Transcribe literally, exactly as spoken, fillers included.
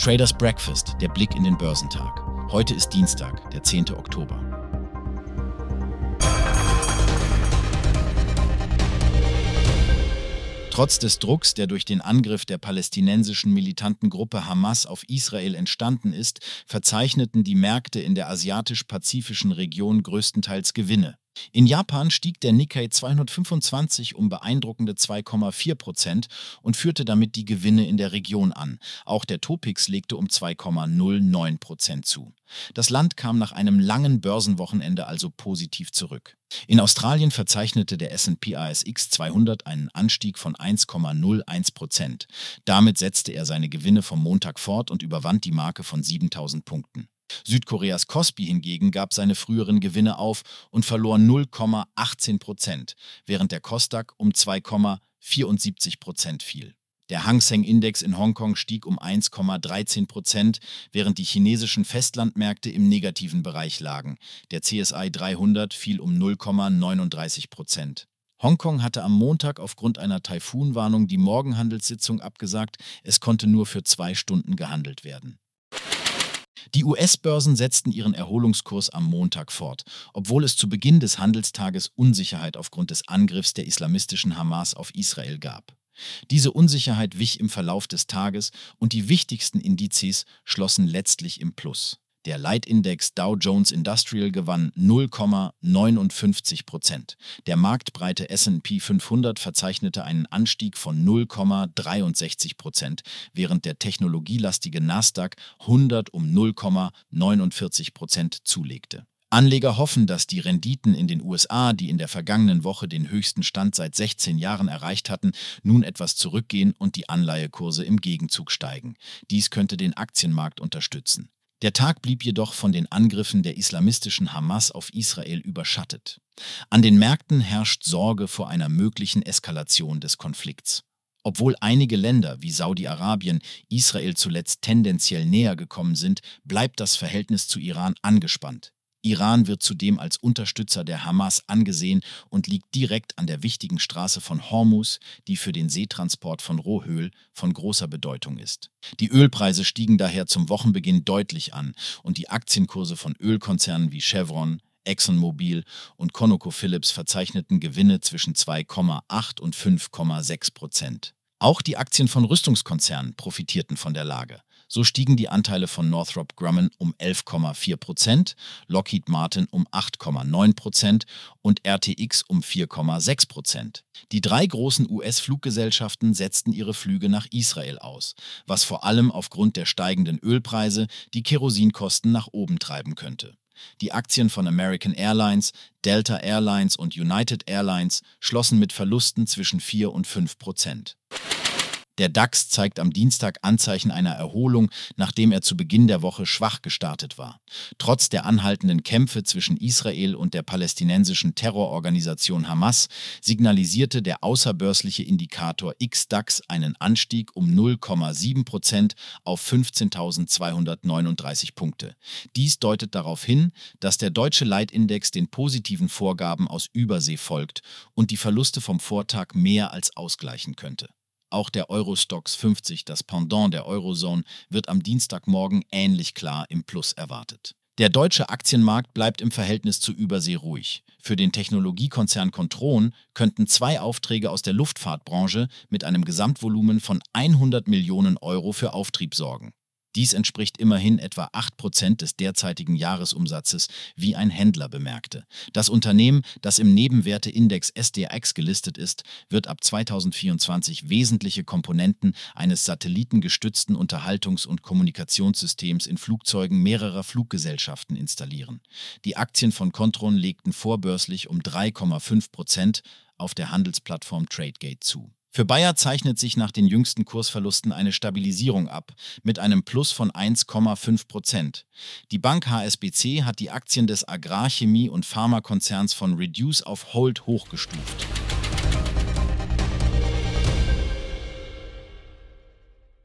Traders Breakfast, der Blick in den Börsentag. Heute ist Dienstag, der zehnte Oktober. Trotz des Drucks, der durch den Angriff der palästinensischen militanten Gruppe Hamas auf Israel entstanden ist, verzeichneten die Märkte in der asiatisch-pazifischen Region größtenteils Gewinne. In Japan stieg der Nikkei zweihundertfünfundzwanzig um beeindruckende zwei Komma vier Prozent und führte damit die Gewinne in der Region an. Auch der Topix legte um zwei Komma null neun Prozent zu. Das Land kam nach einem langen Börsenwochenende also positiv zurück. In Australien verzeichnete der S und P A S X zweihundert einen Anstieg von eins Komma null eins Prozent. Damit setzte er seine Gewinne vom Montag fort und überwand die Marke von siebentausend Punkten. Südkoreas Kospi hingegen gab seine früheren Gewinne auf und verlor null Komma achtzehn Prozent, während der Kosdaq um zwei Komma vierundsiebzig Prozent fiel. Der Hang Seng Index in Hongkong stieg um eins Komma dreizehn Prozent, während die chinesischen Festlandmärkte im negativen Bereich lagen. Der C S I dreihundert fiel um null Komma neununddreißig Prozent. Hongkong hatte am Montag aufgrund einer Taifunwarnung die Morgenhandelssitzung abgesagt, es konnte nur für zwei Stunden gehandelt werden. Die U S-Börsen setzten ihren Erholungskurs am Montag fort, obwohl es zu Beginn des Handelstages Unsicherheit aufgrund des Angriffs der islamistischen Hamas auf Israel gab. Diese Unsicherheit wich im Verlauf des Tages und die wichtigsten Indizes schlossen letztlich im Plus. Der Leitindex Dow Jones Industrial gewann null Komma neunundfünfzig Prozent. Der marktbreite S und P fünfhundert verzeichnete einen Anstieg von null Komma dreiundsechzig Prozent, während der technologielastige Nasdaq hundert um null Komma neunundvierzig Prozent zulegte. Anleger hoffen, dass die Renditen in den U S A, die in der vergangenen Woche den höchsten Stand seit sechzehn Jahren erreicht hatten, nun etwas zurückgehen und die Anleihekurse im Gegenzug steigen. Dies könnte den Aktienmarkt unterstützen. Der Tag blieb jedoch von den Angriffen der islamistischen Hamas auf Israel überschattet. An den Märkten herrscht Sorge vor einer möglichen Eskalation des Konflikts. Obwohl einige Länder wie Saudi-Arabien Israel zuletzt tendenziell näher gekommen sind, bleibt das Verhältnis zu Iran angespannt. Iran wird zudem als Unterstützer der Hamas angesehen und liegt direkt an der wichtigen Straße von Hormuz, die für den Seetransport von Rohöl von großer Bedeutung ist. Die Ölpreise stiegen daher zum Wochenbeginn deutlich an und die Aktienkurse von Ölkonzernen wie Chevron, ExxonMobil und ConocoPhillips verzeichneten Gewinne zwischen zwei Komma acht und fünf Komma sechs Prozent. Auch die Aktien von Rüstungskonzernen profitierten von der Lage. So stiegen die Anteile von Northrop Grumman um elf Komma vier Prozent, Lockheed Martin um acht Komma neun Prozent und R T X um vier Komma sechs Prozent. Die drei großen U S-Fluggesellschaften setzten ihre Flüge nach Israel aus, was vor allem aufgrund der steigenden Ölpreise die Kerosinkosten nach oben treiben könnte. Die Aktien von American Airlines, Delta Airlines und United Airlines schlossen mit Verlusten zwischen vier und fünf Prozent. Der DAX zeigt am Dienstag Anzeichen einer Erholung, nachdem er zu Beginn der Woche schwach gestartet war. Trotz der anhaltenden Kämpfe zwischen Israel und der palästinensischen Terrororganisation Hamas signalisierte der außerbörsliche Indikator X DAX einen Anstieg um null Komma sieben Prozent auf fünfzehntausendzweihundertneununddreißig Punkte. Dies deutet darauf hin, dass der deutsche Leitindex den positiven Vorgaben aus Übersee folgt und die Verluste vom Vortag mehr als ausgleichen könnte. Auch der Euro-Stoxx fünfzig, das Pendant der Eurozone, wird am Dienstagmorgen ähnlich klar im Plus erwartet. Der deutsche Aktienmarkt bleibt im Verhältnis zu Übersee ruhig. Für den Technologiekonzern Kontron könnten zwei Aufträge aus der Luftfahrtbranche mit einem Gesamtvolumen von hundert Millionen Euro für Auftrieb sorgen. Dies entspricht immerhin etwa acht Prozent des derzeitigen Jahresumsatzes, wie ein Händler bemerkte. Das Unternehmen, das im Nebenwerteindex S D A X gelistet ist, wird ab zweitausendvierundzwanzig wesentliche Komponenten eines satellitengestützten Unterhaltungs- und Kommunikationssystems in Flugzeugen mehrerer Fluggesellschaften installieren. Die Aktien von Kontron legten vorbörslich um drei Komma fünf Prozent auf der Handelsplattform Tradegate zu. Für Bayer zeichnet sich nach den jüngsten Kursverlusten eine Stabilisierung ab, mit einem Plus von eins Komma fünf Prozent. Die Bank H S B C hat die Aktien des Agrarchemie- und Pharmakonzerns von Reduce auf Hold hochgestuft.